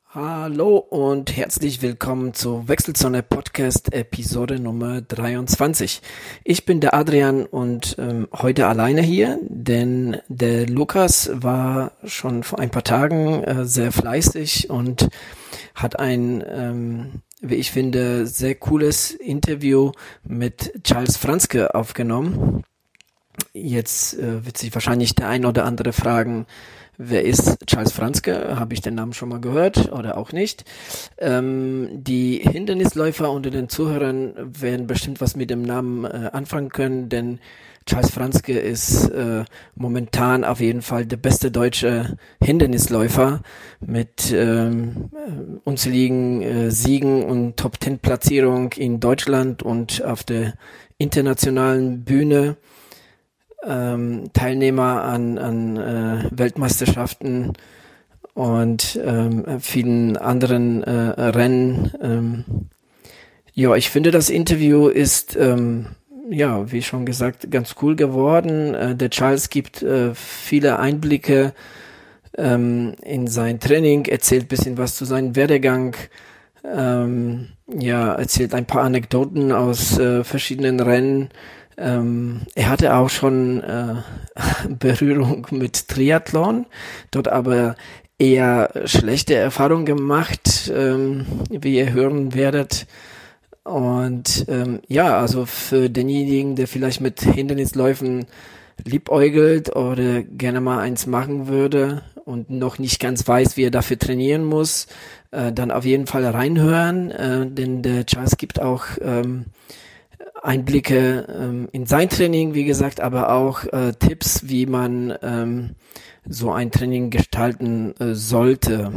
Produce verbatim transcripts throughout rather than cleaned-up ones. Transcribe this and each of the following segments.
Hallo und herzlich willkommen zu Wechselzone Podcast Episode Nummer dreiundzwanzig. Ich bin der Adrian und ähm, heute alleine hier, denn der Lukas war schon vor ein paar Tagen äh, sehr fleißig und hat ein, ähm, wie ich finde, sehr cooles Interview mit Charles Franzke aufgenommen. Jetzt äh, wird sich wahrscheinlich der ein oder andere fragen, wer ist Charles Franzke? Habe ich den Namen schon mal gehört oder auch nicht? Ähm, die Hindernisläufer unter den Zuhörern werden bestimmt was mit dem Namen äh, anfangen können, denn Charles Franzke ist äh, momentan auf jeden Fall der beste deutsche Hindernisläufer mit ähm, unzähligen äh, Siegen und Top-Ten-Platzierung in Deutschland und auf der internationalen Bühne. Ähm, Teilnehmer an, an äh, Weltmeisterschaften und ähm, vielen anderen äh, Rennen. Ähm, ja, ich finde, das Interview ist, ähm, ja, wie schon gesagt, ganz cool geworden. Äh, der Charles gibt äh, viele Einblicke ähm, in sein Training, erzählt bisschen was zu seinem Werdegang, ähm, ja, erzählt ein paar Anekdoten aus äh, verschiedenen Rennen. Ähm, er hatte auch schon äh, Berührung mit Triathlon, dort aber eher schlechte Erfahrungen gemacht, ähm, wie ihr hören werdet. Und ähm, ja, also für denjenigen, der vielleicht mit Hindernisläufen liebäugelt oder gerne mal eins machen würde und noch nicht ganz weiß, wie er dafür trainieren muss, äh, dann auf jeden Fall reinhören, äh, denn der Charles gibt auch ähm, Einblicke ähm, in sein Training, wie gesagt, aber auch äh, Tipps, wie man ähm, so ein Training gestalten äh, sollte.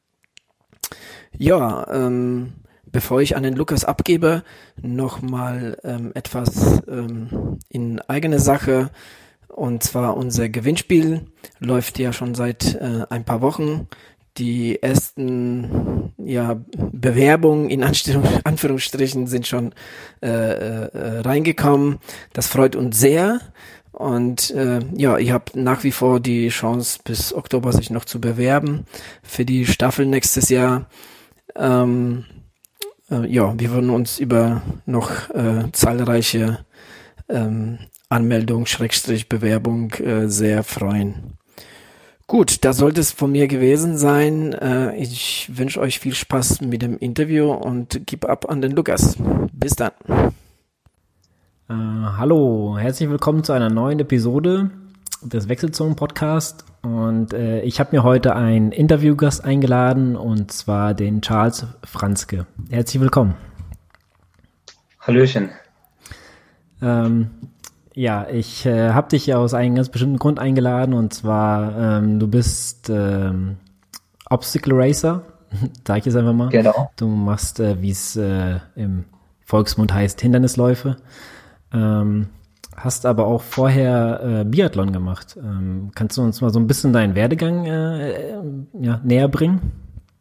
Ja, ähm, bevor ich an den Lukas abgebe, nochmal ähm, etwas ähm, in eigene Sache. Und zwar unser Gewinnspiel läuft ja schon seit äh, ein paar Wochen. Die ersten ja, Bewerbungen in Anstellung, Anführungsstrichen sind schon äh, äh, reingekommen. Das freut uns sehr. Und äh, ja, ihr habt nach wie vor die Chance, bis Oktober sich noch zu bewerben für die Staffel nächstes Jahr. Ähm, äh, ja, wir würden uns über noch äh, zahlreiche ähm, Anmeldungen, Schrägstrich Bewerbung äh, sehr freuen. Gut, das sollte es von mir gewesen sein. Ich wünsche euch viel Spaß mit dem Interview und gebe ab an den Lukas. Bis dann. Äh, hallo, herzlich willkommen zu einer neuen Episode des Wechselzonen-Podcast. Und äh, ich habe mir heute einen Interviewgast eingeladen, und zwar den Charles Franzke. Herzlich willkommen. Hallöchen. Ähm, Ja, ich äh, habe dich ja aus einem ganz bestimmten Grund eingeladen, und zwar ähm, du bist ähm, Obstacle Racer, sag ich jetzt einfach mal. Genau. Du machst, äh, wie es äh, im Volksmund heißt, Hindernisläufe. Ähm, hast aber auch vorher äh, Biathlon gemacht. Ähm, kannst du uns mal so ein bisschen deinen Werdegang äh, äh, ja, näher bringen?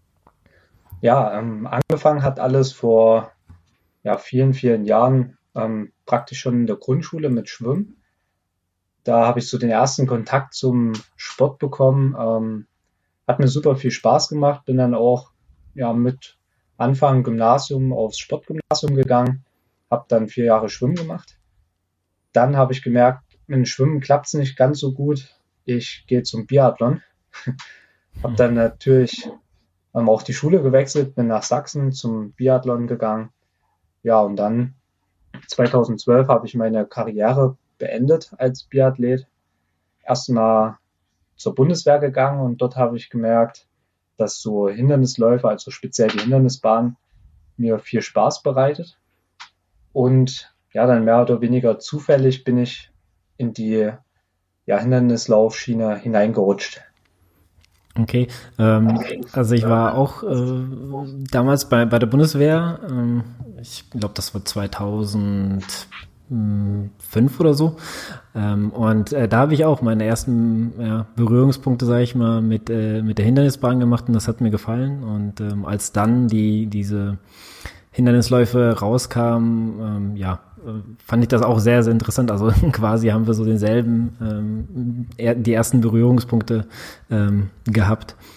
Ja, ähm, angefangen hat alles vor ja, vielen, vielen Jahren. Ähm, praktisch schon in der Grundschule mit Schwimmen. Da habe ich so den ersten Kontakt zum Sport bekommen. Ähm, hat mir super viel Spaß gemacht. Bin dann auch ja, mit Anfang Gymnasium aufs Sportgymnasium gegangen. Habe dann vier Jahre Schwimmen gemacht. Dann habe ich gemerkt, mit dem Schwimmen klappt es nicht ganz so gut. Ich gehe zum Biathlon. Habe dann natürlich ähm, auch die Schule gewechselt, bin nach Sachsen zum Biathlon gegangen. Ja, und dann zweitausendzwölf habe ich meine Karriere beendet als Biathlet. Erstmal zur Bundeswehr gegangen, und dort habe ich gemerkt, dass so Hindernisläufe, also speziell die Hindernisbahn, mir viel Spaß bereitet. Und ja, dann mehr oder weniger zufällig bin ich in die ja, Hindernislaufschiene hineingerutscht. Okay, ähm, also ich war auch äh, damals bei bei der Bundeswehr, ähm, ich glaube, das war zweitausendfünf oder so, ähm, und äh, da habe ich auch meine ersten ja, Berührungspunkte, sage ich mal, mit äh, mit der Hindernisbahn gemacht, und das hat mir gefallen. Und ähm, als dann die diese Hindernisläufe rauskamen, ähm, ja, fand ich das auch sehr, sehr interessant. Also quasi haben wir so denselben, ähm, er, die ersten Berührungspunkte ähm, gehabt.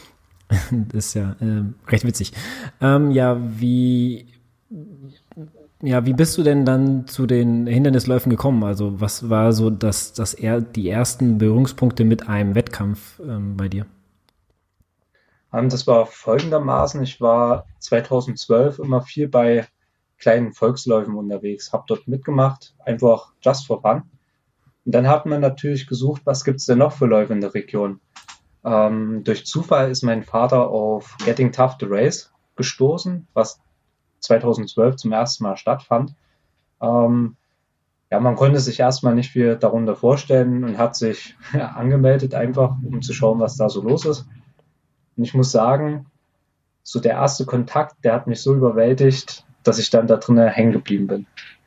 Das ist ja äh, recht witzig. Ähm, ja, wie ja, wie bist du denn dann zu den Hindernisläufen gekommen? Also was war so das, das er, die ersten Berührungspunkte mit einem Wettkampf ähm, bei dir? Ähm, das war folgendermaßen, ich war zweitausendzwölf immer viel bei kleinen Volksläufen unterwegs, habe dort mitgemacht, einfach just for fun. Und dann hat man natürlich gesucht, was gibt's denn noch für Läufe in der Region? Ähm, durch Zufall ist mein Vater auf Getting Tough to Race gestoßen, was zweitausendzwölf zum ersten Mal stattfand. Ähm, ja, man konnte sich erstmal nicht viel darunter vorstellen und hat sich ja, angemeldet, einfach um zu schauen, was da so los ist. Und ich muss sagen, so der erste Kontakt, der hat mich so überwältigt, dass ich dann da drinnen hängen geblieben bin.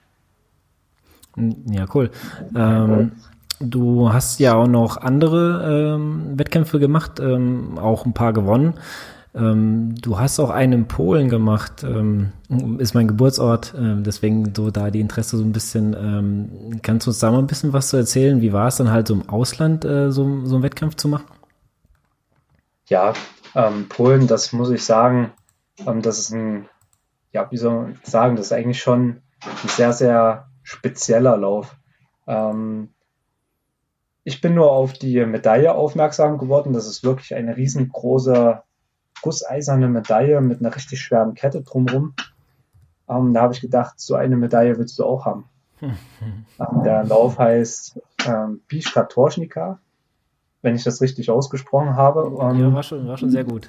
Ja, cool. Ähm, du hast ja auch noch andere ähm, Wettkämpfe gemacht, ähm, auch ein paar gewonnen. Ähm, du hast auch einen in Polen gemacht, ähm, ist mein Geburtsort, ähm, deswegen so da die Interesse so ein bisschen. Ähm, kannst du uns da mal ein bisschen was zu erzählen? Wie war es dann halt so im Ausland, äh, so, so einen Wettkampf zu machen? Ja, ähm, Polen, das muss ich sagen, ähm, das ist ein, ja, wie soll man sagen, das ist eigentlich schon ein sehr, sehr spezieller Lauf. Ähm, ich bin nur auf die Medaille aufmerksam geworden. Das ist wirklich eine riesengroße gusseiserne Medaille mit einer richtig schweren Kette drumherum. Ähm, da habe ich gedacht, so eine Medaille willst du auch haben. Ähm, der Lauf heißt ähm, Biszka Torzhnica, wenn ich das richtig ausgesprochen habe. Ja, Ähm, war schon, war schon sehr gut.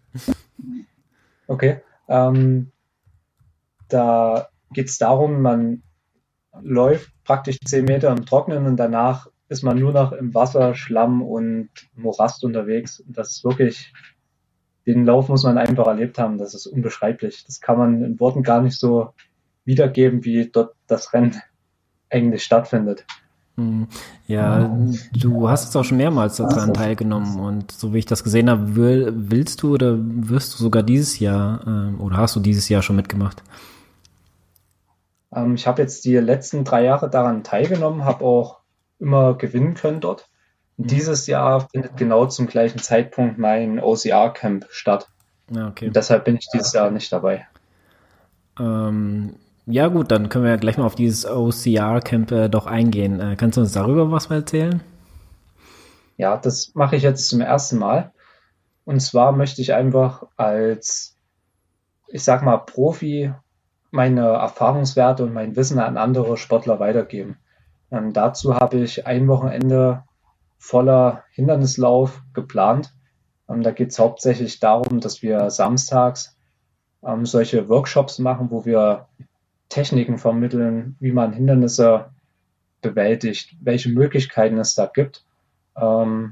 okay. Ähm, da geht es darum, man läuft praktisch zehn Meter im Trockenen und danach ist man nur noch im Wasser, Schlamm und Morast unterwegs. Das ist wirklich, den Lauf muss man einfach erlebt haben. Das ist unbeschreiblich. Das kann man in Worten gar nicht so wiedergeben, wie dort das Rennen eigentlich stattfindet. Hm, ja, du hast jetzt auch schon mehrmals daran teilgenommen und so wie ich das gesehen habe, will, willst du oder wirst du sogar dieses Jahr ähm, oder hast du dieses Jahr schon mitgemacht? Ähm, ich habe jetzt die letzten drei Jahre daran teilgenommen, habe auch immer gewinnen können dort. Und Mhm. dieses Jahr findet genau zum gleichen Zeitpunkt mein O C R-Camp statt. Ja, okay. Und deshalb bin ich dieses Jahr nicht dabei. Ähm, ja gut, dann können wir ja gleich mal auf dieses O C R-Camp äh, doch eingehen. Äh, kannst du uns darüber was mal erzählen? Ja, das mache ich jetzt zum ersten Mal. Und zwar möchte ich einfach als, ich sag mal, Profi meine Erfahrungswerte und mein Wissen an andere Sportler weitergeben. Ähm, dazu habe ich ein Wochenende voller Hindernislauf geplant. Ähm, da geht es hauptsächlich darum, dass wir samstags ähm, solche Workshops machen, wo wir Techniken vermitteln, wie man Hindernisse bewältigt, welche Möglichkeiten es da gibt. Ähm,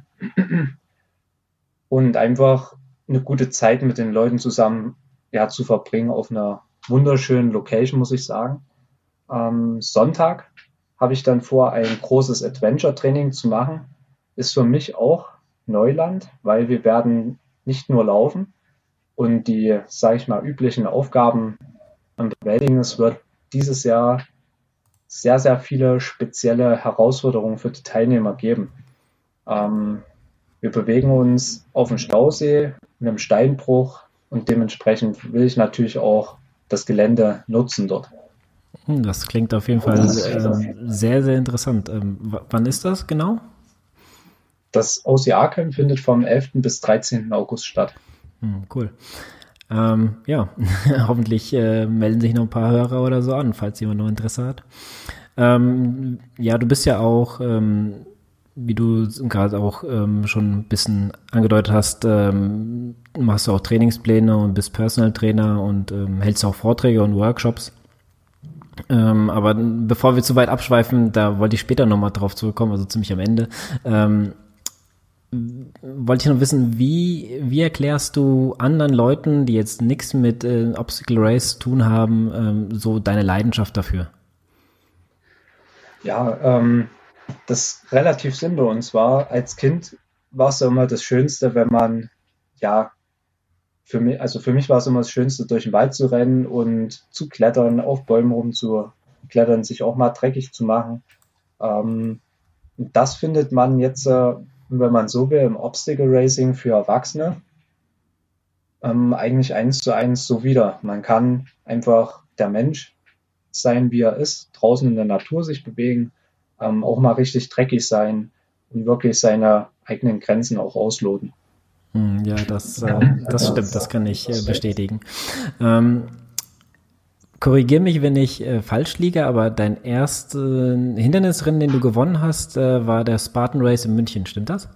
und einfach eine gute Zeit mit den Leuten zusammen ja, zu verbringen auf einer wunderschönen Location, muss ich sagen. Am Sonntag habe ich dann vor, ein großes Adventure-Training zu machen. Ist für mich auch Neuland, weil wir werden nicht nur laufen und die, sage ich mal, üblichen Aufgaben bewältigen. Es wird dieses Jahr sehr, sehr viele spezielle Herausforderungen für die Teilnehmer geben. Ähm, wir bewegen uns auf dem Stausee, in einem Steinbruch und dementsprechend will ich natürlich auch das Gelände nutzen dort. Hm, das klingt auf jeden Fall ähm, sehr, sehr interessant. Ähm, w- wann ist das genau? Das O C R-Camp findet vom elften bis dreizehnten August statt. Hm, cool. Ähm, ja, hoffentlich äh, melden sich noch ein paar Hörer oder so an, falls jemand noch Interesse hat. Ähm, ja, du bist ja auch, ähm, wie du gerade auch ähm, schon ein bisschen angedeutet hast, ähm, machst du auch Trainingspläne und bist Personal Trainer und ähm, hältst auch Vorträge und Workshops. Ähm, aber bevor wir zu weit abschweifen, da wollte ich später nochmal drauf zurückkommen, also ziemlich am Ende. Ähm, wollte ich noch wissen, wie, wie erklärst du anderen Leuten, die jetzt nichts mit äh, Obstacle Race zu tun haben, ähm, so deine Leidenschaft dafür? Ja, ähm, das ist relativ simpel. Und zwar als Kind war es ja immer das Schönste, wenn man, ja, für mich, also für mich war es immer das Schönste, durch den Wald zu rennen und zu klettern, auf Bäumen rumzuklettern, sich auch mal dreckig zu machen. Ähm, und das findet man jetzt, äh, wenn man so will, im Obstacle Racing für Erwachsene. ähm, eigentlich eins zu eins so wieder. Man kann einfach der Mensch sein, wie er ist, draußen in der Natur sich bewegen, ähm, auch mal richtig dreckig sein und wirklich seine eigenen Grenzen auch ausloten. Hm, ja, das, äh, das stimmt, das kann ich äh, bestätigen. Ähm, Korrigier mich, wenn ich äh, falsch liege, aber dein erster Hindernisrennen, den du gewonnen hast, äh, war der Spartan Race in München, stimmt das?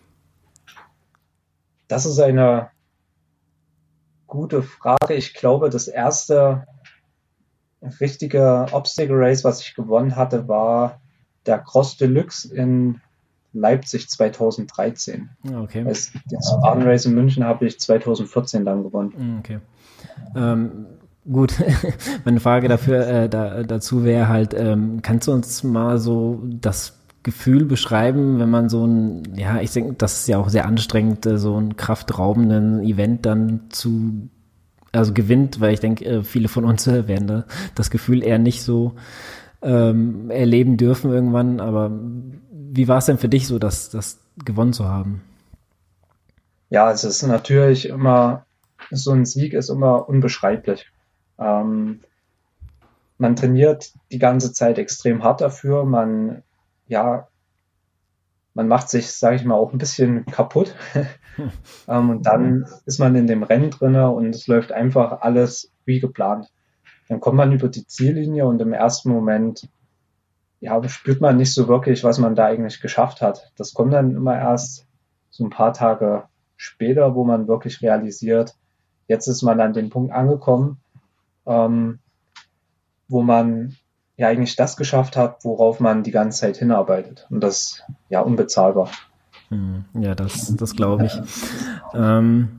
Das ist eine gute Frage. Ich glaube, das erste richtige Obstacle Race, was ich gewonnen hatte, war der Cross Deluxe in Leipzig zweitausenddreizehn. Okay. Das Spartan Race in München habe ich zweitausendvierzehn dann gewonnen. Okay. Ähm, gut, meine Frage dafür äh, da, dazu wäre halt, ähm, kannst du uns mal so das Gefühl beschreiben, wenn man so ein, ja, ich denke, das ist ja auch sehr anstrengend, äh, so ein kraftraubenden Event dann zu, also gewinnt, weil ich denke, äh, viele von uns äh, werden da das Gefühl eher nicht so ähm, erleben dürfen irgendwann, aber wie war es denn für dich so, das, das gewonnen zu haben? Ja, es ist natürlich immer, so ein Sieg ist immer unbeschreiblich. Ähm, man trainiert die ganze Zeit extrem hart dafür. Man, ja, man macht sich, sage ich mal, auch ein bisschen kaputt. ähm, und dann ist man in dem Rennen drinne und es läuft einfach alles wie geplant. Dann kommt man über die Ziellinie und im ersten Moment, ja, spürt man nicht so wirklich, was man da eigentlich geschafft hat. Das kommt dann immer erst so ein paar Tage später, wo man wirklich realisiert, jetzt ist man an dem Punkt angekommen, ähm, wo man ja eigentlich das geschafft hat, worauf man die ganze Zeit hinarbeitet. Und das ist ja unbezahlbar. Hm, ja, das, das glaube ich. Ähm,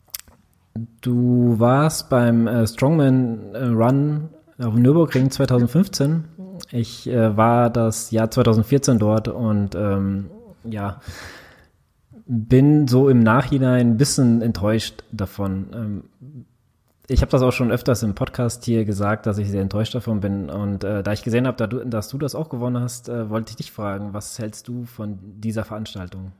du warst beim äh, Strongman äh, Run auf dem Nürburgring zweitausendfünfzehn. Ich äh, war das Jahr zweitausendvierzehn dort und ähm, ja, bin so im Nachhinein ein bisschen enttäuscht davon. Ähm, ich habe das auch schon öfters im Podcast hier gesagt, dass ich sehr enttäuscht davon bin. Und äh, da ich gesehen habe, da du, dass du das auch gewonnen hast, äh, wollte ich dich fragen, was hältst du von dieser Veranstaltung?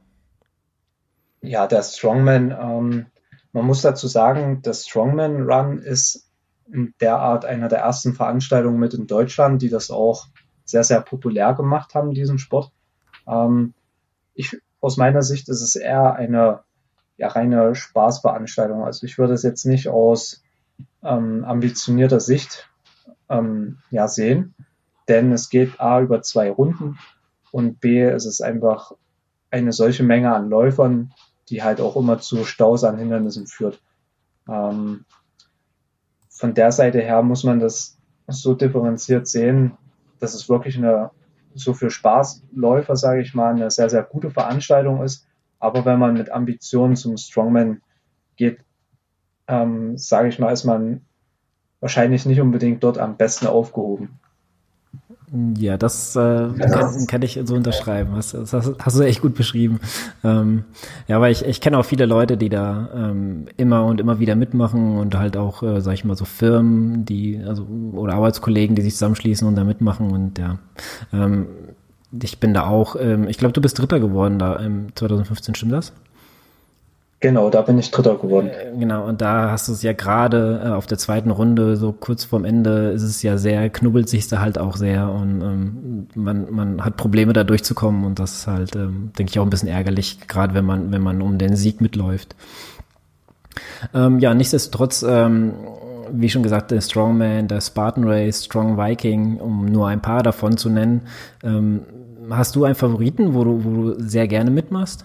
Ja, der Strongman, ähm, man muss dazu sagen, der Strongman Run ist in der Art einer der ersten Veranstaltungen mit in Deutschland, die das auch sehr, sehr populär gemacht haben, diesen Sport. Ähm, ich, aus meiner Sicht ist es eher eine ja, reine Spaßveranstaltung. Also ich würde es jetzt nicht aus ähm, ambitionierter Sicht ähm, ja, sehen, denn es geht A über zwei Runden und B es ist einfach eine solche Menge an Läufern, die halt auch immer zu Staus an Hindernissen führt. Ähm, von der Seite her muss man das so differenziert sehen, dass es wirklich eine so für Spaßläufer, sage ich mal, eine sehr, sehr gute Veranstaltung ist. Aber wenn man mit Ambitionen zum Strongman geht, ähm, sage ich mal, ist man wahrscheinlich nicht unbedingt dort am besten aufgehoben. Ja, das äh, kann, kann ich so unterschreiben. Das, das hast, hast du echt gut beschrieben. Ähm, ja, aber ich, ich kenne auch viele Leute, die da ähm, immer und immer wieder mitmachen und halt auch, äh, sag ich mal, so Firmen, die, also oder Arbeitskollegen, die sich zusammenschließen und da mitmachen. Und ja, ähm, ich bin da auch, ähm, ich glaube, du bist Dritter geworden da im zweitausendfünfzehn, stimmt das? Genau, da bin ich Dritter geworden. Äh, Genau, und da hast du es ja gerade äh, auf der zweiten Runde, so kurz vorm Ende, ist es ja sehr, knubbelt sich da halt auch sehr und ähm, man, man hat Probleme da durchzukommen und das ist halt, ähm, denke ich, auch ein bisschen ärgerlich, gerade wenn man, wenn man um den Sieg mitläuft. Ähm, ja, nichtsdestotrotz, ähm, wie schon gesagt, der Strongman, der Spartan Race, Strong Viking, um nur ein paar davon zu nennen. Ähm, hast du einen Favoriten, wo du, wo du sehr gerne mitmachst?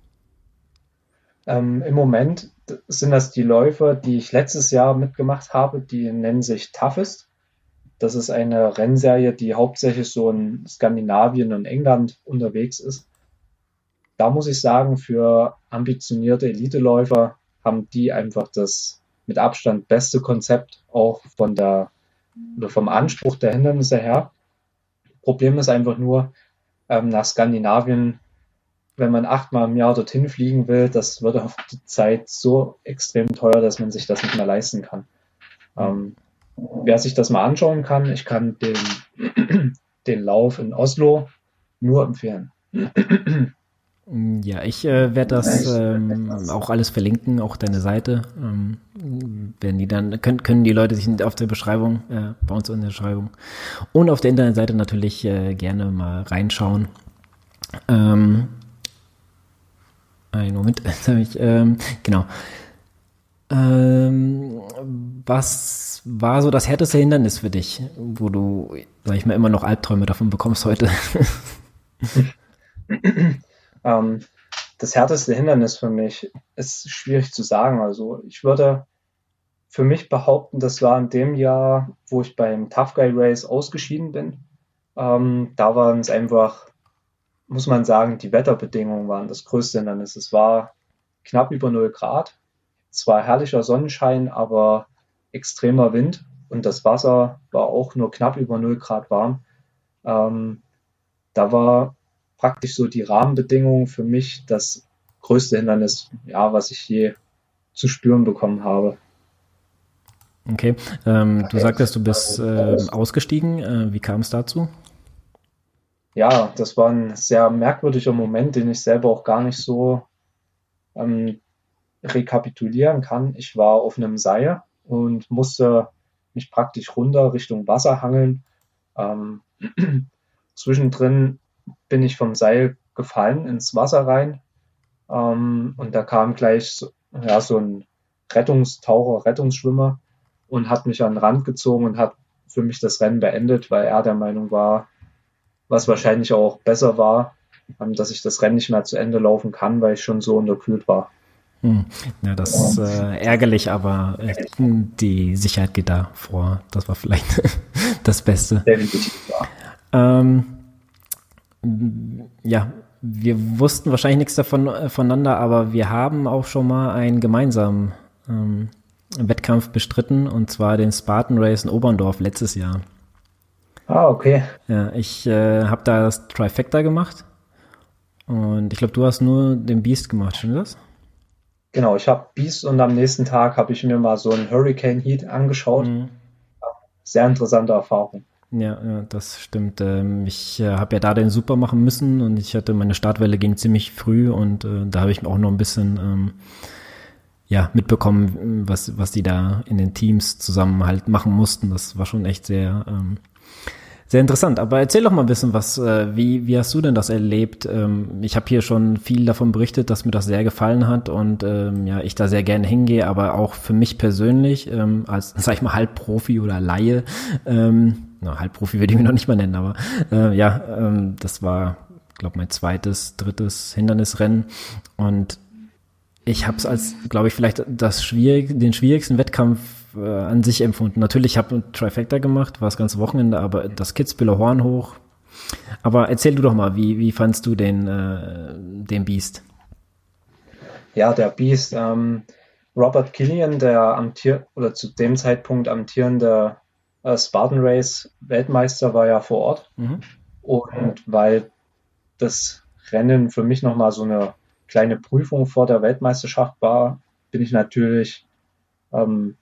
Ähm, Im Moment sind das die Läufer, die ich letztes Jahr mitgemacht habe, die nennen sich Toughest. Das ist eine Rennserie, die hauptsächlich so in Skandinavien und England unterwegs ist. Da muss ich sagen, für ambitionierte Eliteläufer haben die einfach das mit Abstand beste Konzept, auch von der oder vom Anspruch der Hindernisse her. Problem ist einfach nur, ähm, nach Skandinavien, wenn man achtmal im Jahr dorthin fliegen will, das wird auf die Zeit so extrem teuer, dass man sich das nicht mehr leisten kann. Ähm, wer sich das mal anschauen kann, ich kann den, den Lauf in Oslo nur empfehlen. Ja, ich äh, werde das ähm, auch alles verlinken, auch deine Seite. Ähm, werden die dann können, können die Leute sich auf der Beschreibung, äh, bei uns in der Beschreibung und auf der Internetseite natürlich äh, gerne mal reinschauen. Ähm, einen Moment, jetzt habe ich, ähm, genau. Ähm, was war so das härteste Hindernis für dich, wo du, sag ich mal, immer noch Albträume davon bekommst heute? Ähm, das härteste Hindernis für mich ist schwierig zu sagen. Also ich würde für mich behaupten, das war in dem Jahr, wo ich beim Tough Guy Race ausgeschieden bin. Ähm, da waren es einfach, muss man sagen, die Wetterbedingungen waren das größte Hindernis. Es war knapp über null Grad. Zwar herrlicher Sonnenschein, aber extremer Wind und das Wasser war auch nur knapp über null Grad warm. Ähm, da war praktisch so die Rahmenbedingung für mich das größte Hindernis, ja, was ich je zu spüren bekommen habe. Okay, ähm, du sagtest, du bist äh, ausgestiegen. Äh, wie kam es dazu? Ja, das war ein sehr merkwürdiger Moment, den ich selber auch gar nicht so ähm, rekapitulieren kann. Ich war auf einem Seil und musste mich praktisch runter Richtung Wasser hangeln. Ähm, Zwischendrin bin ich vom Seil gefallen ins Wasser rein. Ähm, und da kam gleich so, ja, so ein Rettungstaucher, Rettungsschwimmer und hat mich an den Rand gezogen und hat für mich das Rennen beendet, weil er der Meinung war, was wahrscheinlich auch besser war, ähm, dass ich das Rennen nicht mehr zu Ende laufen kann, weil ich schon so unterkühlt war. Hm. Ja, das ist äh, ärgerlich, aber äh, die Sicherheit geht da vor. Das war vielleicht das Beste. Definitiv, ja. Ähm, ja, wir wussten wahrscheinlich nichts davon äh, voneinander, aber wir haben auch schon mal einen gemeinsamen ähm, Wettkampf bestritten, und zwar den Spartan Race in Oberndorf letztes Jahr. Ah, okay. Ja, ich äh, habe da das Trifecta gemacht und ich glaube, du hast nur den Beast gemacht, stimmt das? Genau, ich habe Beast und am nächsten Tag habe ich mir mal so einen Hurricane Heat angeschaut. Mhm. Sehr interessante Erfahrung. Ja, ja, das stimmt. Ähm, ich äh, habe ja da den Super machen müssen und ich hatte, meine Startwelle ging ziemlich früh und äh, da habe ich auch noch ein bisschen ähm, ja, mitbekommen, was, was die da in den Teams zusammen halt machen mussten. Das war schon echt sehr, ähm, sehr interessant. Aber erzähl doch mal ein bisschen was, äh, wie, wie hast du denn das erlebt? Ähm, ich habe hier schon viel davon berichtet, dass mir das sehr gefallen hat und ähm, ja, ich da sehr gerne hingehe, aber auch für mich persönlich, ähm, als, sag ich mal, Halbprofi oder Laie, ähm, na, Halbprofi würde ich mich noch nicht mal nennen, aber äh, ja, ähm, das war, glaube mein zweites, drittes Hindernisrennen und ich habe es als, glaube ich, vielleicht das schwierig, den schwierigsten Wettkampf äh, an sich empfunden. Natürlich habe ich ein Trifecta gemacht, war das ganze Wochenende, aber das Kitzbüheler Horn hoch. Aber erzähl du doch mal, wie, wie fandst du den, äh, den Beast? Ja, der Beast, ähm, Robert Killian, der amtier oder zu dem Zeitpunkt amtierende äh, Spartan Race Weltmeister, war ja vor Ort. Mhm. Und weil das Rennen für mich nochmal so eine kleine Prüfung vor der Weltmeisterschaft war, bin ich natürlich, ähm,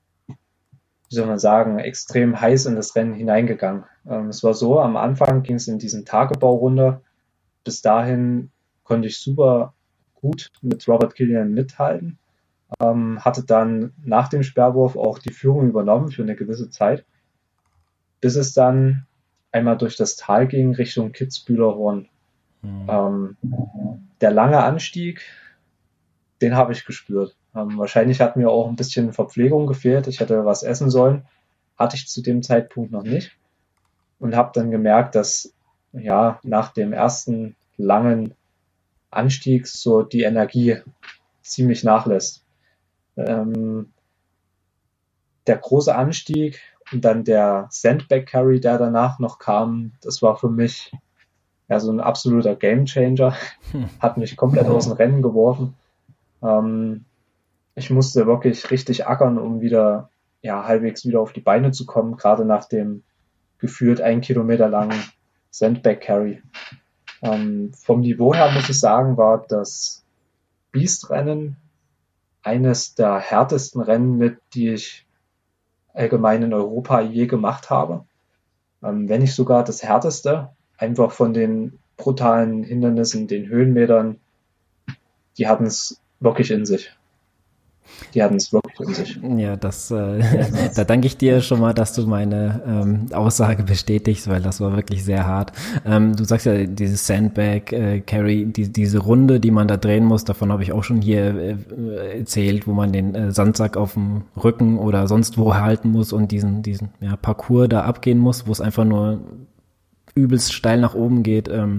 wie soll man sagen, extrem heiß in das Rennen hineingegangen. Ähm, es war so, am Anfang ging es in diesen Tagebaurunde. Bis dahin konnte ich super gut mit Robert Killian mithalten, ähm, hatte dann nach dem Sperrwurf auch die Führung übernommen für eine gewisse Zeit, bis es dann einmal durch das Tal ging Richtung Kitzbüheler Horn. Mhm. Ähm, der lange Anstieg, den habe ich gespürt. Ähm, wahrscheinlich hat mir auch ein bisschen Verpflegung gefehlt. Ich hätte was essen sollen, hatte ich zu dem Zeitpunkt noch nicht und habe dann gemerkt, dass ja nach dem ersten langen Anstieg so die Energie ziemlich nachlässt. Ähm, der große Anstieg und dann der Sandbag Carry, der danach noch kam, das war für mich ja so ein absoluter Gamechanger. Hm. Hat mich komplett aus dem Rennen geworfen. Ähm, ich musste wirklich richtig ackern, um wieder ja halbwegs wieder auf die Beine zu kommen, gerade nach dem gefühlt ein Kilometer langen Sandbag Carry. Ähm, vom Niveau her muss ich sagen, war das Beast-Rennen eines der härtesten Rennen mit, die ich allgemein in Europa je gemacht habe. Ähm, wenn nicht sogar das härteste, einfach von den brutalen Hindernissen, den Höhenmetern, die hatten es wirklich in sich. Die hatten es wirklich in sich. Ja, das, äh, da danke ich dir schon mal, dass du meine ähm, Aussage bestätigst, weil das war wirklich sehr hart. Ähm, du sagst ja, dieses Sandbag äh, Carry, die, diese Runde, die man da drehen muss, davon habe ich auch schon hier äh, erzählt, wo man den äh, Sandsack auf dem Rücken oder sonst wo halten muss und diesen, diesen ja, Parcours da abgehen muss, wo es einfach nur übelst steil nach oben geht. Ähm,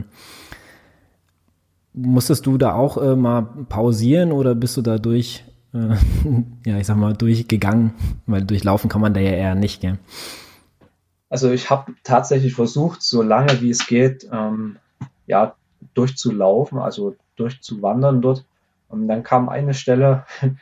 musstest du da auch äh, mal pausieren oder bist du da durch ja, ich sag mal, durchgegangen, weil durchlaufen kann man da ja eher nicht, gell? Also ich habe tatsächlich versucht, so lange wie es geht, ähm, ja, durchzulaufen, also durchzuwandern dort. Und dann kam eine Stelle,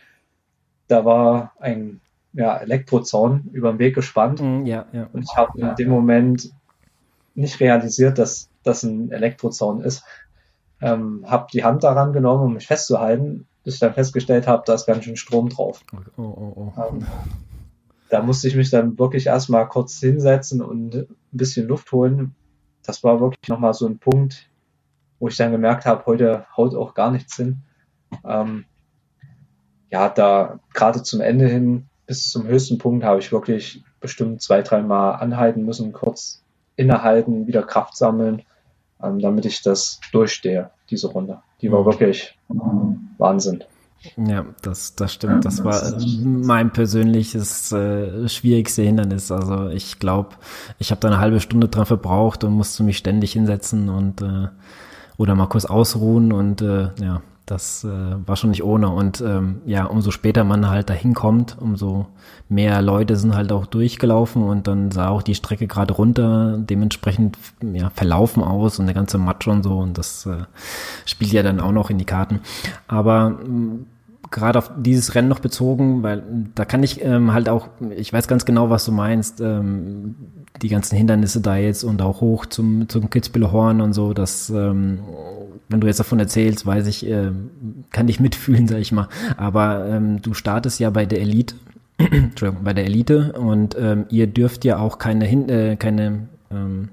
da war ein ja, Elektrozaun über den Weg gespannt. Mm, ja, ja. Und ich habe in dem Moment nicht realisiert, dass das ein Elektrozaun ist. Ähm, habe die Hand daran genommen, um mich festzuhalten, bis ich dann festgestellt habe, da ist ganz schön Strom drauf. Oh, oh, oh. Ähm, da musste ich mich dann wirklich erstmal kurz hinsetzen und ein bisschen Luft holen. Das war wirklich nochmal so ein Punkt, wo ich dann gemerkt habe, heute haut auch gar nichts hin. Ähm, ja, da gerade zum Ende hin, bis zum höchsten Punkt, habe ich wirklich bestimmt zwei, dreimal anhalten müssen, kurz innehalten, wieder Kraft sammeln, ähm, damit ich das durchstehe, diese Runde. Die war wirklich Wahnsinn. Ja, das, das stimmt. Das war mein persönliches äh, schwierigste Hindernis. Also ich glaube, ich habe da eine halbe Stunde dran verbraucht und musste mich ständig hinsetzen und äh, oder mal kurz ausruhen und äh, ja, das äh, war schon nicht ohne. Und ähm, ja, umso später man halt dahin kommt, umso mehr Leute sind halt auch durchgelaufen und dann sah auch die Strecke gerade runter dementsprechend ja verlaufen aus und der ganze Matsch und so und das äh, spielt ja dann auch noch in die Karten. Aber gerade auf dieses Rennen noch bezogen, weil da kann ich ähm, halt auch, ich weiß ganz genau, was du meinst, ähm, die ganzen Hindernisse da jetzt und auch hoch zum zum Kitzbüheler Horn und so, dass ähm, wenn du jetzt davon erzählst, weiß ich, äh, kann ich mitfühlen, sag ich mal, aber ähm, du startest ja bei der Elite, Entschuldigung, bei der Elite und ähm, ihr dürft ja auch keine, Hin äh, keine ähm,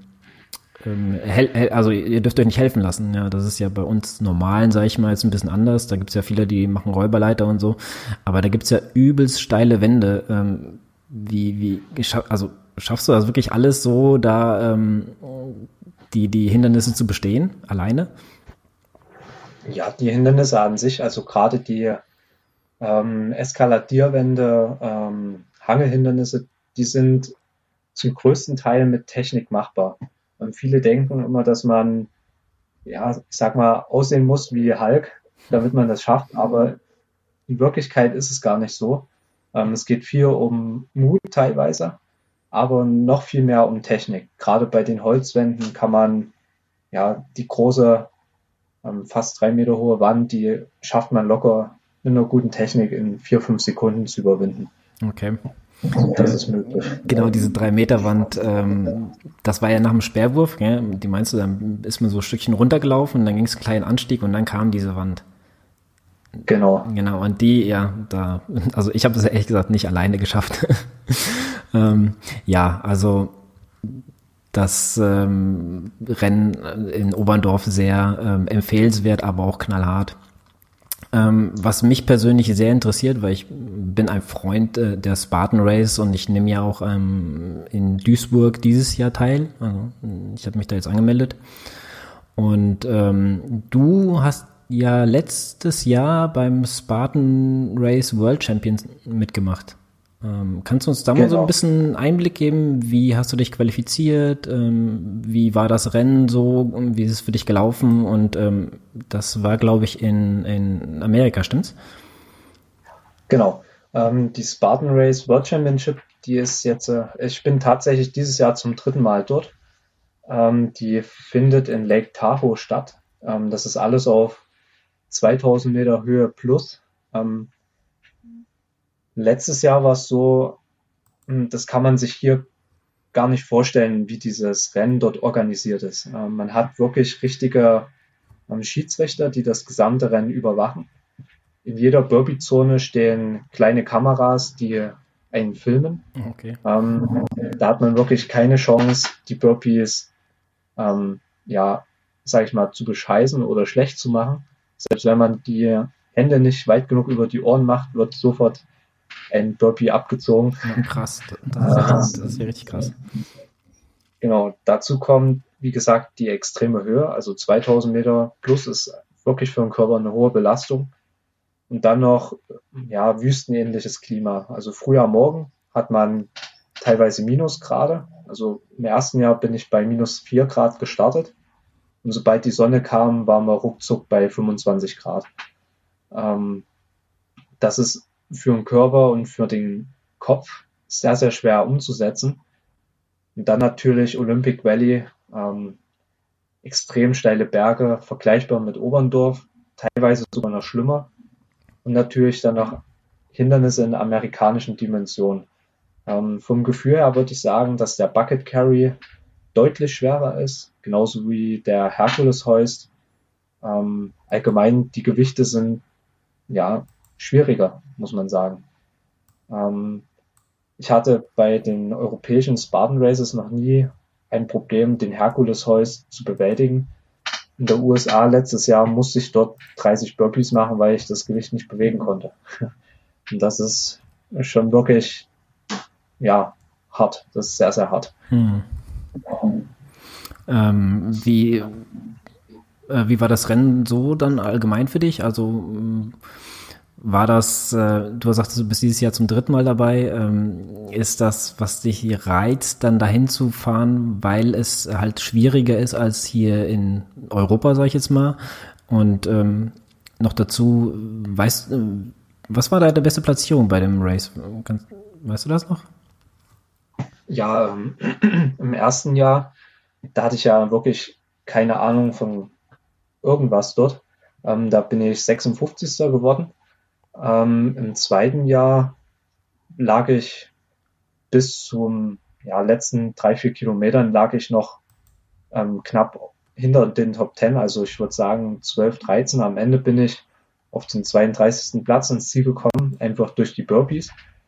also ihr dürft euch nicht helfen lassen, ja, das ist ja bei uns Normalen, sage ich mal, jetzt ein bisschen anders, da gibt's ja viele, die machen Räuberleiter und so, aber da gibt's ja übelst steile Wände, ähm, wie, wie, also schaffst du das wirklich alles so, da ähm, die, die Hindernisse zu bestehen, alleine? Ja, die Hindernisse an sich, also gerade die ähm, Eskaladierwände, ähm, Hangelhindernisse, die sind zum größten Teil mit Technik machbar. Und viele denken immer, dass man, ja, ich sag mal, aussehen muss wie Hulk, damit man das schafft. Aber in Wirklichkeit ist es gar nicht so. Ähm, es geht viel um Mut teilweise, aber noch viel mehr um Technik. Gerade bei den Holzwänden kann man, ja, die große, ähm, fast drei Meter hohe Wand, die schafft man locker mit einer guten Technik in vier, fünf Sekunden zu überwinden. Okay. Das ist möglich. Genau, diese drei-Meter-Wand, ähm, das war ja nach dem Sperrwurf, gell? Die meinst du, dann ist man so ein Stückchen runtergelaufen und dann ging es einen kleinen Anstieg und dann kam diese Wand. Genau. Genau, und die, ja, da, also ich habe das ehrlich gesagt nicht alleine geschafft. ähm, ja, also das ähm, Rennen in Oberndorf sehr ähm, empfehlenswert, aber auch knallhart. Ähm, was mich persönlich sehr interessiert, weil ich bin ein Freund äh, der Spartan Race und ich nehme ja auch ähm, in Duisburg dieses Jahr teil. Also, ich habe mich da jetzt angemeldet. Und ähm, du hast ja letztes Jahr beim Spartan Race World Champions mitgemacht. Ähm, kannst du uns da mal so ein bisschen Einblick geben? Wie hast du dich qualifiziert? Ähm, wie war das Rennen so? Wie ist es für dich gelaufen? Und ähm, das war, glaube ich, in, in Amerika, stimmt's? Genau. Ähm, die Spartan Race World Championship, die ist jetzt, äh, ich bin tatsächlich dieses Jahr zum dritten Mal dort. Ähm, die findet in Lake Tahoe statt. Ähm, das ist alles auf zweitausend Meter Höhe plus. Ähm, Letztes Jahr war es so, das kann man sich hier gar nicht vorstellen, wie dieses Rennen dort organisiert ist. Man hat wirklich richtige Schiedsrichter, die das gesamte Rennen überwachen. In jeder Burpee-Zone stehen kleine Kameras, die einen filmen. Okay. Ähm, da hat man wirklich keine Chance, die Burpees, ähm, ja, sag ich mal, zu bescheißen oder schlecht zu machen, Selbst wenn man die Hände nicht weit genug über die Ohren macht, wird sofort ein Burpee abgezogen. Ja, krass, das ist, ja, das ist ja richtig krass. Genau, dazu kommt, wie gesagt, die extreme Höhe, also zweitausend Meter plus ist wirklich für den Körper eine hohe Belastung. Und dann noch, ja, wüstenähnliches Klima. Also früher am Morgen hat man teilweise Minusgrade. Also im ersten Jahr bin ich bei minus vier Grad gestartet. Und sobald die Sonne kam, waren wir ruckzuck bei fünfundzwanzig Grad. Ähm, das ist für den Körper und für den Kopf sehr, sehr schwer umzusetzen. Und dann natürlich Olympic Valley, ähm, extrem steile Berge, vergleichbar mit Oberndorf, teilweise sogar noch schlimmer. Und natürlich dann noch Hindernisse in amerikanischen Dimensionen. Ähm, vom Gefühl her würde ich sagen, dass der Bucket Carry deutlich schwerer ist, genauso wie der Hercules Hoist. Ähm, allgemein, die Gewichte sind ja schwieriger, muss man sagen. Ähm, ich hatte bei den europäischen Spartan Races noch nie ein Problem, den Hercules Hoist zu bewältigen. In der U S A letztes Jahr musste ich dort dreißig Burpees machen, weil ich das Gewicht nicht bewegen konnte. Und das ist schon wirklich, ja, hart. Das ist sehr, sehr hart. Hm. Ähm, wie, äh, wie war das Rennen so dann allgemein für dich? Also war das, äh, du sagtest, du bist dieses Jahr zum dritten Mal dabei. Ähm, ist das, was dich hier reizt, dann dahin zu fahren, weil es halt schwieriger ist als hier in Europa, sag ich jetzt mal? Und ähm, noch dazu, weißt du, was war deine beste Platzierung bei dem Race? Kannst, weißt du das noch? Ja, ähm, im ersten Jahr, da hatte ich ja wirklich keine Ahnung von irgendwas dort. Ähm, da bin ich sechsundfünfzigster geworden. Ähm, im zweiten Jahr lag ich bis zum ja, letzten drei, vier Kilometern lag ich noch ähm, knapp hinter den Top zehn. Also ich würde sagen zwölf, dreizehn. Am Ende bin ich auf den zweiunddreißigsten Platz ins Ziel gekommen, einfach durch die Burpees.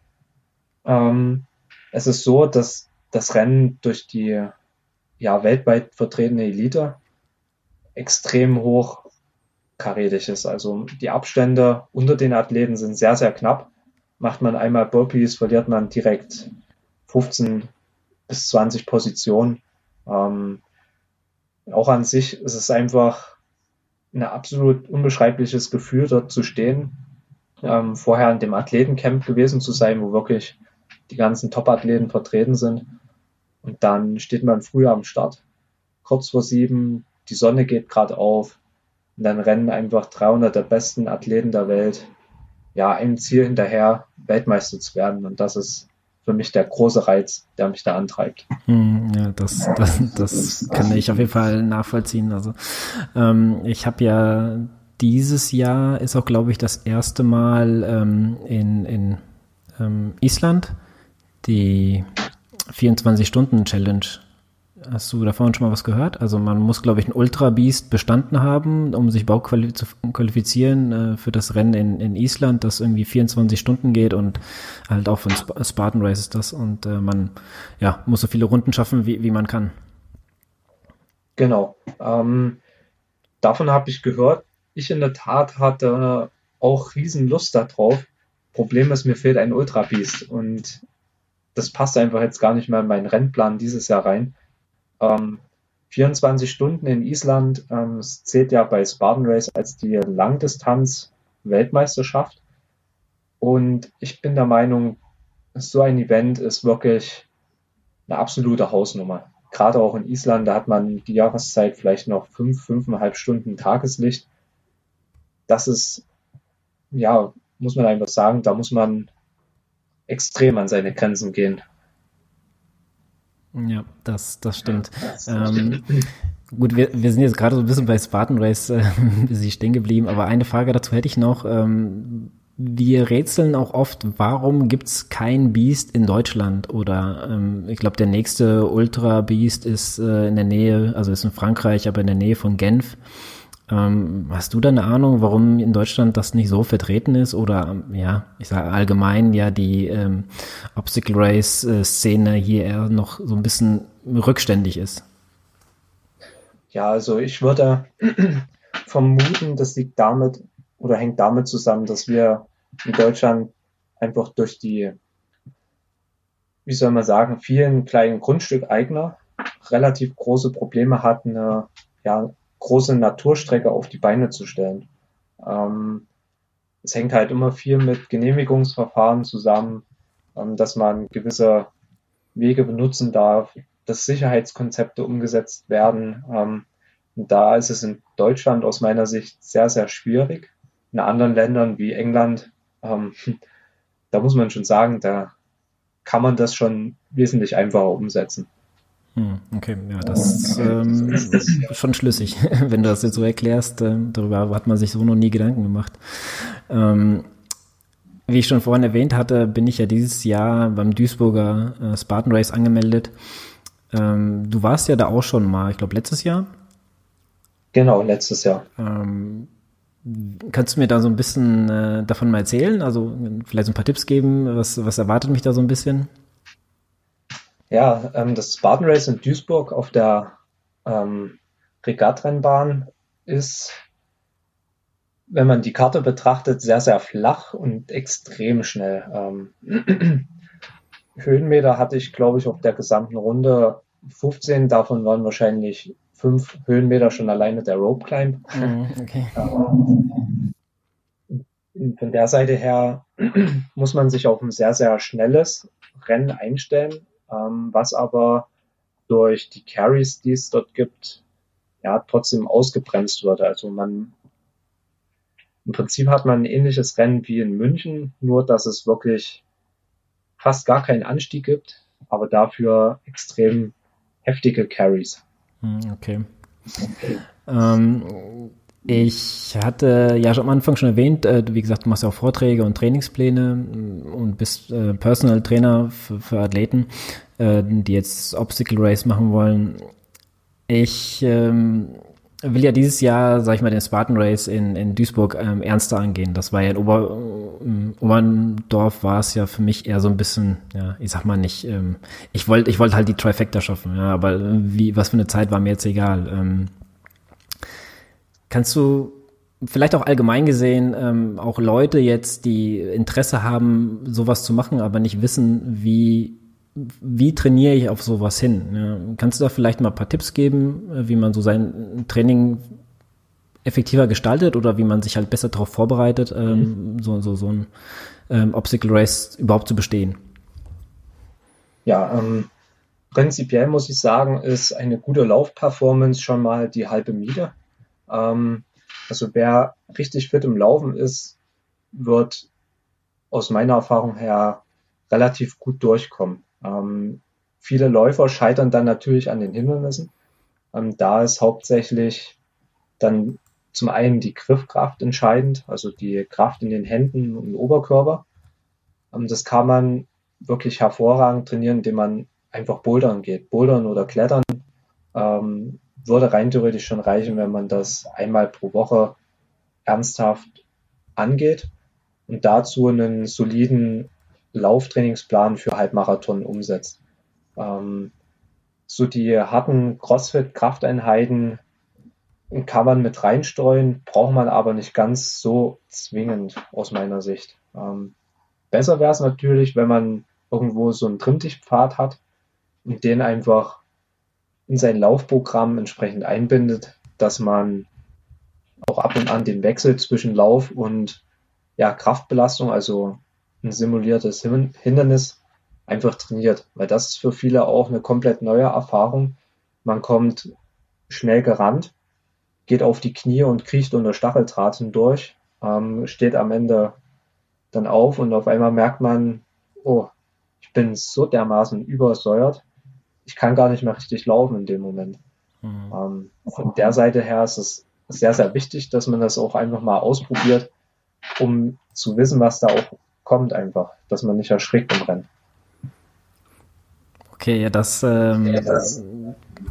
Ähm, es ist so, dass das Rennen durch die ja, weltweit vertretene Elite extrem hoch karätig ist. Also die Abstände unter den Athleten sind sehr, sehr knapp. Macht man einmal Burpees, verliert man direkt fünfzehn bis zwanzig Positionen. Ähm, auch an sich ist es einfach ein absolut unbeschreibliches Gefühl, dort zu stehen, ähm, vorher in dem Athletencamp gewesen zu sein, wo wirklich die ganzen Top-Athleten vertreten sind. Und dann steht man früh am Start, kurz vor sieben, die Sonne geht gerade auf und dann rennen einfach dreihundert der besten Athleten der Welt ja einem Ziel hinterher, Weltmeister zu werden. Und das ist für mich der große Reiz, der mich da antreibt. Hm, ja, das, das, das kann ich auf jeden Fall nachvollziehen. Also ähm, ich habe ja dieses Jahr ist auch, glaube ich, das erste Mal ähm, in, in ähm, Island die vierundzwanzig-Stunden-Challenge. Hast du davon schon mal was gehört? Also man muss, glaube ich, ein Ultra-Beast bestanden haben, um sich überhaupt quali- zu qualifizieren äh, für das Rennen in, in Island, das irgendwie vierundzwanzig Stunden geht und halt auch von Sp- Spartan Race ist das und äh, man ja muss so viele Runden schaffen, wie, wie man kann. Genau. Ähm, davon habe ich gehört. Ich in der Tat hatte auch riesen Lust darauf. Problem ist, mir fehlt ein Ultra-Beast und das passt einfach jetzt gar nicht mehr in meinen Rennplan dieses Jahr rein. Ähm, vierundzwanzig Stunden in Island, ähm, es zählt ja bei Spartan Race als die Langdistanz-Weltmeisterschaft. Und ich bin der Meinung, so ein Event ist wirklich eine absolute Hausnummer. Gerade auch in Island, da hat man die Jahreszeit vielleicht noch fünf, fünfeinhalb Stunden Tageslicht. Das ist, ja, muss man einfach sagen, da muss man extrem an seine Grenzen gehen. Ja, das, das stimmt. Ähm, gut, wir, wir sind jetzt gerade so ein bisschen bei Spartan Race äh, stehen geblieben, aber eine Frage dazu hätte ich noch. Ähm, wir rätseln auch oft, warum gibt's kein Beast in Deutschland? Oder ähm, ich glaube, der nächste Ultra Beast ist äh, in der Nähe, also ist in Frankreich, aber in der Nähe von Genf. Ähm, hast du da eine Ahnung, warum in Deutschland das nicht so vertreten ist? Oder ähm, ja, ich sage allgemein ja die ähm, Obstacle Race äh, Szene hier eher noch so ein bisschen rückständig ist? Ja, also ich würde vermuten, das liegt damit oder hängt damit zusammen, dass wir in Deutschland einfach durch die, wie soll man sagen, vielen kleinen Grundstückeigner relativ große Probleme hatten, eine ja, große Naturstrecke auf die Beine zu stellen. Ähm, es hängt halt immer viel mit Genehmigungsverfahren zusammen, ähm, dass man gewisse Wege benutzen darf, dass Sicherheitskonzepte umgesetzt werden. Ähm, und da ist es in Deutschland aus meiner Sicht sehr, sehr schwierig. In anderen Ländern wie England, ähm, da muss man schon sagen, da kann man das schon wesentlich einfacher umsetzen. Hm, okay, ja, das ist ähm, schon schlüssig, wenn du das jetzt so erklärst. Äh, darüber hat man sich so noch nie Gedanken gemacht. Ähm, wie ich schon vorhin erwähnt hatte, bin ich ja dieses Jahr beim Duisburger äh, Spartan Race angemeldet. Ähm, du warst ja da auch schon mal, ich glaube letztes Jahr. Genau, letztes Jahr. Ähm, kannst du mir da so ein bisschen äh, davon mal erzählen? Also vielleicht so ein paar Tipps geben, was, was erwartet mich da so ein bisschen? Ja, ähm, das Spartan Race in Duisburg auf der ähm, Regattrennbahn ist, wenn man die Karte betrachtet, sehr, sehr flach und extrem schnell. Ähm, Höhenmeter hatte ich, glaube ich, auf der gesamten Runde fünfzehn, davon waren wahrscheinlich fünf Höhenmeter schon alleine der Rope Climb. Mm, okay. Von der Seite her muss man sich auf ein sehr, sehr schnelles Rennen einstellen, ähm, was aber durch die Carries, die es dort gibt, ja, trotzdem ausgebremst wird. Also man, im Prinzip hat man ein ähnliches Rennen wie in München, nur dass es wirklich fast gar keinen Anstieg gibt, aber dafür extrem heftige Carries. Okay. okay. Ähm, ich hatte ja am Anfang schon erwähnt, äh, wie gesagt, du machst ja auch Vorträge und Trainingspläne und bist äh, Personal Trainer für, für Athleten, äh, die jetzt Obstacle Race machen wollen. Ich ähm, will ja dieses Jahr, sag ich mal, den Spartan Race in, in Duisburg ähm, ernster angehen. Das war ja in Ober, im Oberndorf war es ja für mich eher so ein bisschen, ja, ich sag mal nicht, ähm, ich wollte ich wollte halt die Trifecta schaffen, ja, aber wie, was für eine Zeit war mir jetzt egal. Ähm, kannst du vielleicht auch allgemein gesehen ähm, auch Leute jetzt, die Interesse haben, sowas zu machen, aber nicht wissen, wie Wie trainiere ich auf sowas hin? Ja, kannst du da vielleicht mal ein paar Tipps geben, wie man so sein Training effektiver gestaltet oder wie man sich halt besser darauf vorbereitet, ähm, so, so, so ein ähm, Obstacle Race überhaupt zu bestehen? Ja, ähm, prinzipiell muss ich sagen, ist eine gute Laufperformance schon mal die halbe Miete. Ähm, also wer richtig fit im Laufen ist, wird aus meiner Erfahrung her relativ gut durchkommen. Ähm, viele Läufer scheitern dann natürlich an den Hindernissen. Ähm, da ist hauptsächlich dann zum einen die Griffkraft entscheidend, also die Kraft in den Händen und im Oberkörper. Ähm, das kann man wirklich hervorragend trainieren, indem man einfach bouldern geht. Bouldern oder Klettern ähm, würde rein theoretisch schon reichen, wenn man das einmal pro Woche ernsthaft angeht und dazu einen soliden Lauftrainingsplan für Halbmarathon umsetzt. Ähm, so die harten CrossFit-Krafteinheiten kann man mit reinstreuen, braucht man aber nicht ganz so zwingend aus meiner Sicht. Ähm, besser wäre es natürlich, wenn man irgendwo so einen Trimmdichtpfad hat und den einfach in sein Laufprogramm entsprechend einbindet, dass man auch ab und an den Wechsel zwischen Lauf und ja, Kraftbelastung, also ein simuliertes Hindernis, einfach trainiert. Weil das ist für viele auch eine komplett neue Erfahrung. Man kommt schnell gerannt, geht auf die Knie und kriecht unter Stacheldraht hindurch, ähm, steht am Ende dann auf und auf einmal merkt man, oh, ich bin so dermaßen übersäuert, ich kann gar nicht mehr richtig laufen in dem Moment. Mhm. Ähm, von der Seite her ist es sehr, sehr wichtig, dass man das auch einfach mal ausprobiert, um zu wissen, was da auch kommt einfach, dass man nicht erschrickt im Rennen. Okay, ja, das, ähm, ja, das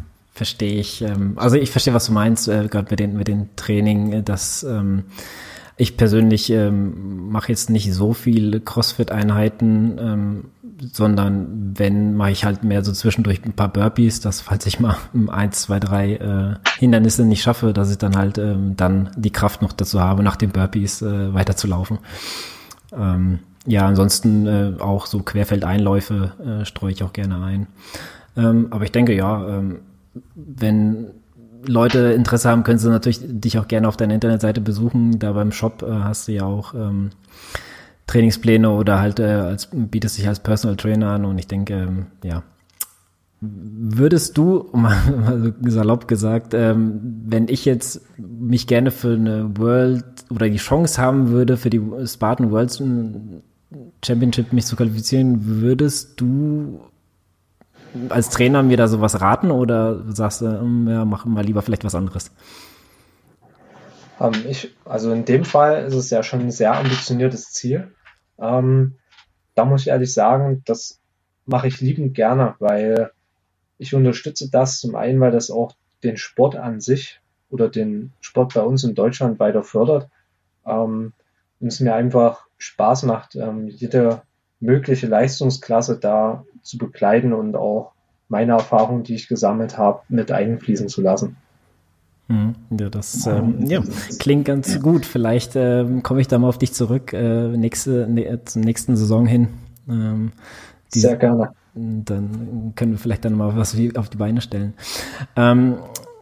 verstehe ich. Ähm, also ich verstehe, was du meinst, äh, gerade mit den, mit den Training, das, ähm, ich persönlich ähm, mache jetzt nicht so viele CrossFit-Einheiten, ähm, sondern wenn, mache ich halt mehr so zwischendurch ein paar Burpees, dass falls ich mal eins, zwei, drei äh, Hindernisse nicht schaffe, dass ich dann halt ähm, dann die Kraft noch dazu habe, nach den Burpees äh, weiterzulaufen. Ähm, ja, ansonsten äh, auch so Querfeldeinläufe äh, streue ich auch gerne ein. Ähm, aber ich denke, ja, ähm, wenn Leute Interesse haben, können sie natürlich dich auch gerne auf deiner Internetseite besuchen. Da beim Shop äh, hast du ja auch ähm, Trainingspläne oder halt äh, als bietest dich als Personal Trainer an. Und ich denke, ähm, ja, würdest du, mal salopp gesagt, ähm, wenn ich jetzt mich gerne für eine World oder die Chance haben würde, für die Spartan World Championship mich zu qualifizieren, würdest du als Trainer mir da sowas raten oder sagst du, ja, machen wir lieber vielleicht was anderes? Ähm, ich, also in dem Fall ist es ja schon ein sehr ambitioniertes Ziel. Ähm, da muss ich ehrlich sagen, das mache ich liebend gerne, weil ich unterstütze das zum einen, weil das auch den Sport an sich oder den Sport bei uns in Deutschland weiter fördert. Ähm, und es mir einfach Spaß macht, ähm, jede mögliche Leistungsklasse da zu begleiten und auch meine Erfahrungen, die ich gesammelt habe, mit einfließen zu lassen. Mhm. Ja, das ähm, ja, klingt ganz gut. Vielleicht ähm, komme ich da mal auf dich zurück, äh, nächste, ne, zur nächsten Saison hin. Ähm, die, Sehr gerne. Dann können wir vielleicht dann mal was auf die Beine stellen. Ähm,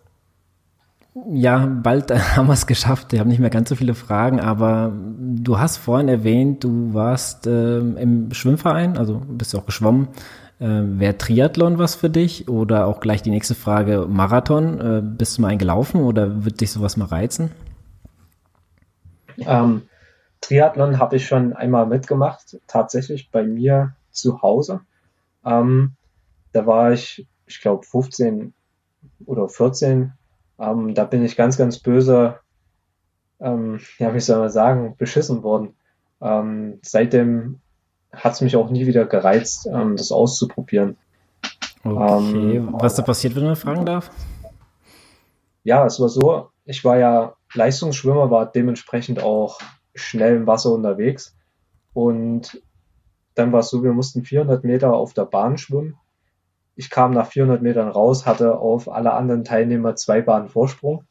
ja, bald haben wir es geschafft. Wir haben nicht mehr ganz so viele Fragen, aber du hast vorhin erwähnt, du warst ähm, im Schwimmverein, also bist du auch geschwommen. Äh, Wäre Triathlon was für dich? Oder auch gleich die nächste Frage, Marathon. Äh, bist du mal eingelaufen oder wird dich sowas mal reizen? Ähm, Triathlon habe ich schon einmal mitgemacht, tatsächlich bei mir zu Hause. Ähm, da war ich, ich glaube, fünfzehn oder vierzehn. Ähm, da bin ich ganz, ganz böse, ähm, ja, wie soll man sagen, beschissen worden. Ähm, seitdem hat es mich auch nie wieder gereizt, ähm, das auszuprobieren. Okay, Ähm, was da passiert, wenn man fragen darf? ja, es war so, ich war ja Leistungsschwimmer, war dementsprechend auch schnell im Wasser unterwegs. Und dann war es so, wir mussten vierhundert Meter auf der Bahn schwimmen. Ich kam nach vierhundert Metern raus, hatte auf alle anderen Teilnehmer zwei Bahnen Vorsprung.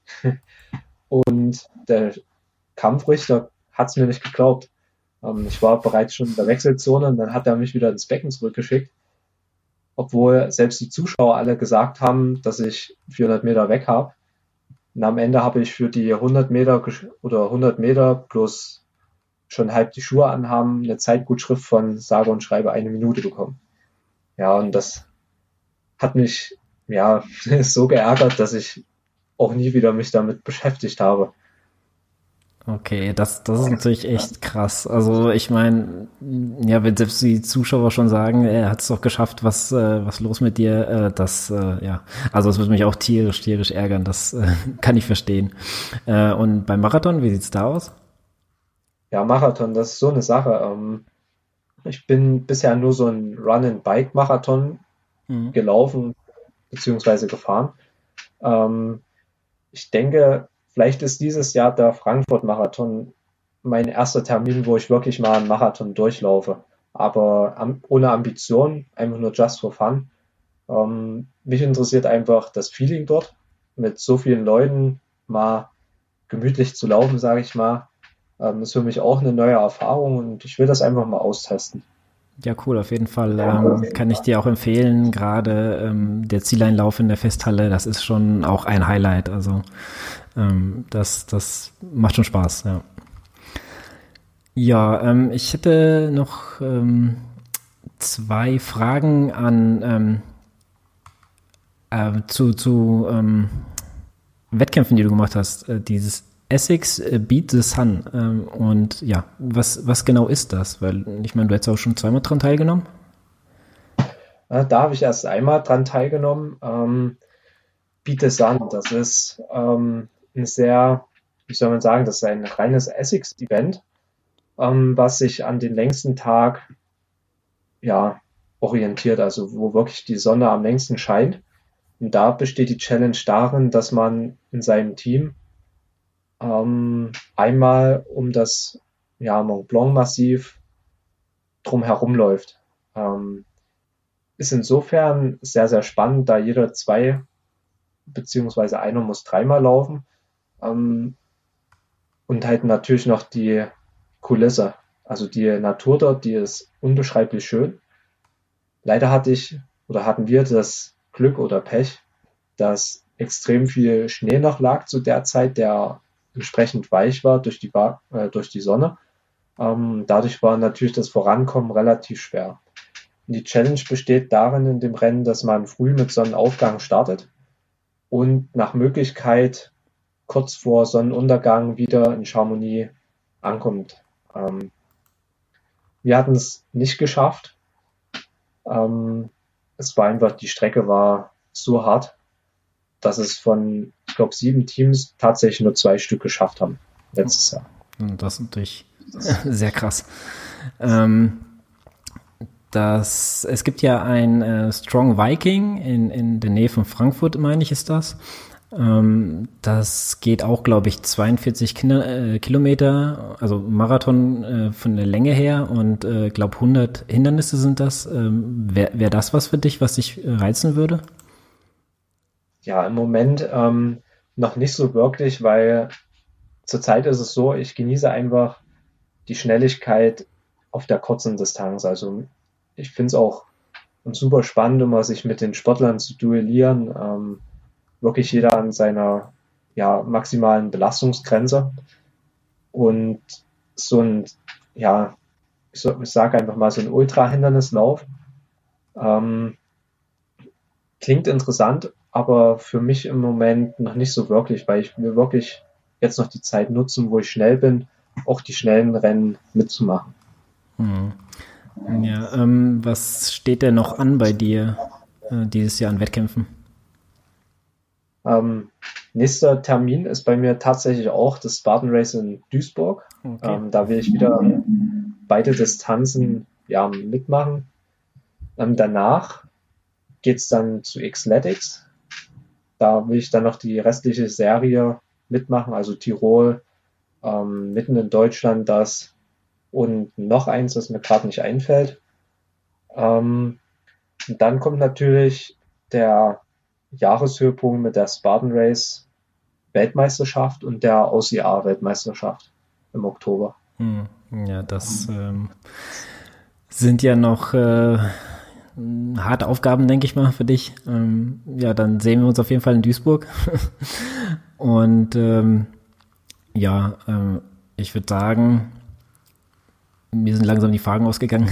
Und der Kampfrichter hat es mir nicht geglaubt. Ähm, ich war bereits schon in der Wechselzone und dann hat er mich wieder ins Becken zurückgeschickt, obwohl selbst die Zuschauer alle gesagt haben, dass ich vierhundert Meter weg habe. Und am Ende habe ich für die hundert Meter oder hundert Meter plus schon halb die Schuhe anhaben, eine Zeitgutschrift von sage und schreibe eine Minute bekommen. Ja, und das hat mich ja so geärgert, dass ich auch nie wieder mich damit beschäftigt habe. Okay, das, das ist natürlich echt krass. Also ich meine, ja, wenn selbst die Zuschauer schon sagen, er hat es doch geschafft, was äh, was los mit dir, äh, das, äh, ja, also es würde mich auch tierisch, tierisch ärgern, das äh, kann ich verstehen. Äh, und beim Marathon, wie sieht's da aus? Ja, Marathon, das ist so eine Sache. Ähm, ich bin bisher nur so ein Run-and-Bike-Marathon Mhm. gelaufen bzw. gefahren. Ähm, ich denke, vielleicht ist dieses Jahr der Frankfurt-Marathon mein erster Termin, wo ich wirklich mal einen Marathon durchlaufe. Aber am, ohne Ambition, einfach nur just for fun. Ähm, mich interessiert einfach das Feeling dort, mit so vielen Leuten mal gemütlich zu laufen, sage ich mal. Ähm, ist für mich auch eine neue Erfahrung und ich will das einfach mal austesten. Ja, cool, auf jeden Fall. Ähm, kann ich dir auch empfehlen, gerade ähm, der Zieleinlauf in der Festhalle, das ist schon auch ein Highlight. Also ähm, das, das macht schon Spaß, ja. Ja, ähm, ich hätte noch ähm, zwei Fragen an ähm, äh, zu, zu ähm, Wettkämpfen, die du gemacht hast. Äh, dieses Essex äh, Beat the Sun. Ähm, und ja, was, was genau ist das? Weil ich meine, du hättest auch schon zweimal dran teilgenommen. Äh, da habe ich erst einmal dran teilgenommen. Ähm, Beat the Sun, das ist ähm, ein sehr, wie soll man sagen, das ist ein reines Essex-Event, ähm, was sich an den längsten Tag ja, orientiert, also wo wirklich die Sonne am längsten scheint. Und da besteht die Challenge darin, dass man in seinem Team ähm, einmal um das ja, Mont Blanc-Massiv drumherum läuft. Ähm, ist insofern sehr, sehr spannend, da jeder zwei beziehungsweise einer muss dreimal laufen. Ähm, und halt natürlich noch die Kulisse. Also die Natur dort, die ist unbeschreiblich schön. Leider hatte ich oder hatten wir das Glück oder Pech, dass extrem viel Schnee noch lag zu der Zeit, der entsprechend weich war durch die, äh, durch die Sonne. Ähm, dadurch war natürlich das Vorankommen relativ schwer. Und die Challenge besteht darin in dem Rennen, dass man früh mit Sonnenaufgang startet und nach Möglichkeit kurz vor Sonnenuntergang wieder in Chamonix ankommt. Ähm, wir hatten es nicht geschafft. Ähm, es war einfach, die Strecke war so hart, dass es von, ich glaube, sieben Teams tatsächlich nur zwei Stück geschafft haben letztes Jahr. Das ist natürlich sehr krass. Ähm, das, es gibt ja ein äh, Strong Viking in, in der Nähe von Frankfurt, meine ich, ist das. Ähm, das geht auch, glaube ich, zweiundvierzig Kinder, äh, Kilometer, also Marathon äh, von der Länge her und ich äh, glaube hundert Hindernisse sind das. Ähm, Wäre wär das was für dich, was dich reizen würde? Ja, im Moment ähm, noch nicht so wirklich, weil zurzeit ist es so, ich genieße einfach die Schnelligkeit auf der kurzen Distanz. Also ich finde es auch super spannend, immer sich mit den Sportlern zu duellieren. Ähm, wirklich jeder an seiner ja, maximalen Belastungsgrenze. Und so ein, ja, ich, so, ich sage einfach mal so ein Ultra-Hindernislauf ähm, klingt interessant, aber für mich im Moment noch nicht so wirklich, weil ich will wirklich jetzt noch die Zeit nutzen, wo ich schnell bin, auch die schnellen Rennen mitzumachen. Hm. Ja, ähm, was steht denn noch an bei dir äh, dieses Jahr an Wettkämpfen? Ähm, nächster Termin ist bei mir tatsächlich auch das Spartan Race in Duisburg. Okay. Ähm, da will ich wieder beide Distanzen ja, mitmachen. Ähm, danach geht es dann zu Xletics. Da will ich dann noch die restliche Serie mitmachen, also Tirol, ähm, mitten in Deutschland das und noch eins, das mir gerade nicht einfällt. Ähm, und dann kommt natürlich der Jahreshöhepunkt mit der Spartan Race Weltmeisterschaft und der O C A Weltmeisterschaft im Oktober. Hm, ja, das ähm, sind ja noch äh, harte Aufgaben, denke ich mal, für dich. Ähm, ja, dann sehen wir uns auf jeden Fall in Duisburg. Und ähm, ja, ähm, ich würde sagen, mir sind langsam die Fragen ausgegangen.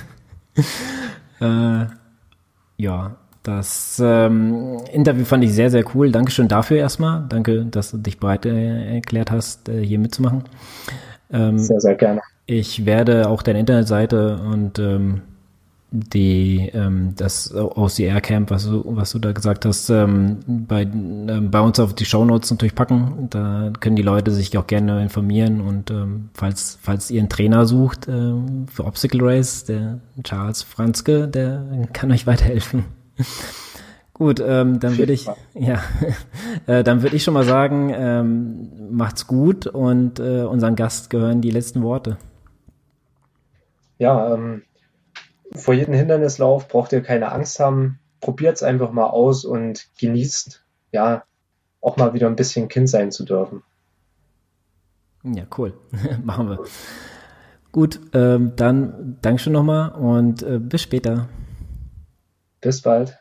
äh, ja, das ähm, Interview fand ich sehr, sehr cool. Dankeschön dafür erstmal. Danke, dass du dich bereit äh, erklärt hast, äh, hier mitzumachen. Ähm, sehr, sehr gerne. Ich werde auch deine Internetseite und ähm, die ähm, das O C R-Camp, was du, was du da gesagt hast, ähm, bei, ähm, bei uns auf die Shownotes natürlich packen. Da können die Leute sich auch gerne informieren und ähm, falls falls ihr einen Trainer sucht ähm, für Obstacle Race, der Charles Franzke, der kann euch weiterhelfen. Gut, ähm, dann würde ich ja, äh, dann würde ich schon mal sagen, ähm, macht's gut und äh, unserem Gast gehören die letzten Worte. Ja, ähm, vor jedem Hindernislauf braucht ihr keine Angst haben. Probiert es einfach mal aus und genießt, ja, auch mal wieder ein bisschen Kind sein zu dürfen. Ja, cool. Machen wir. Gut, ähm, dann Dankeschön nochmal und äh, bis später. Bis bald.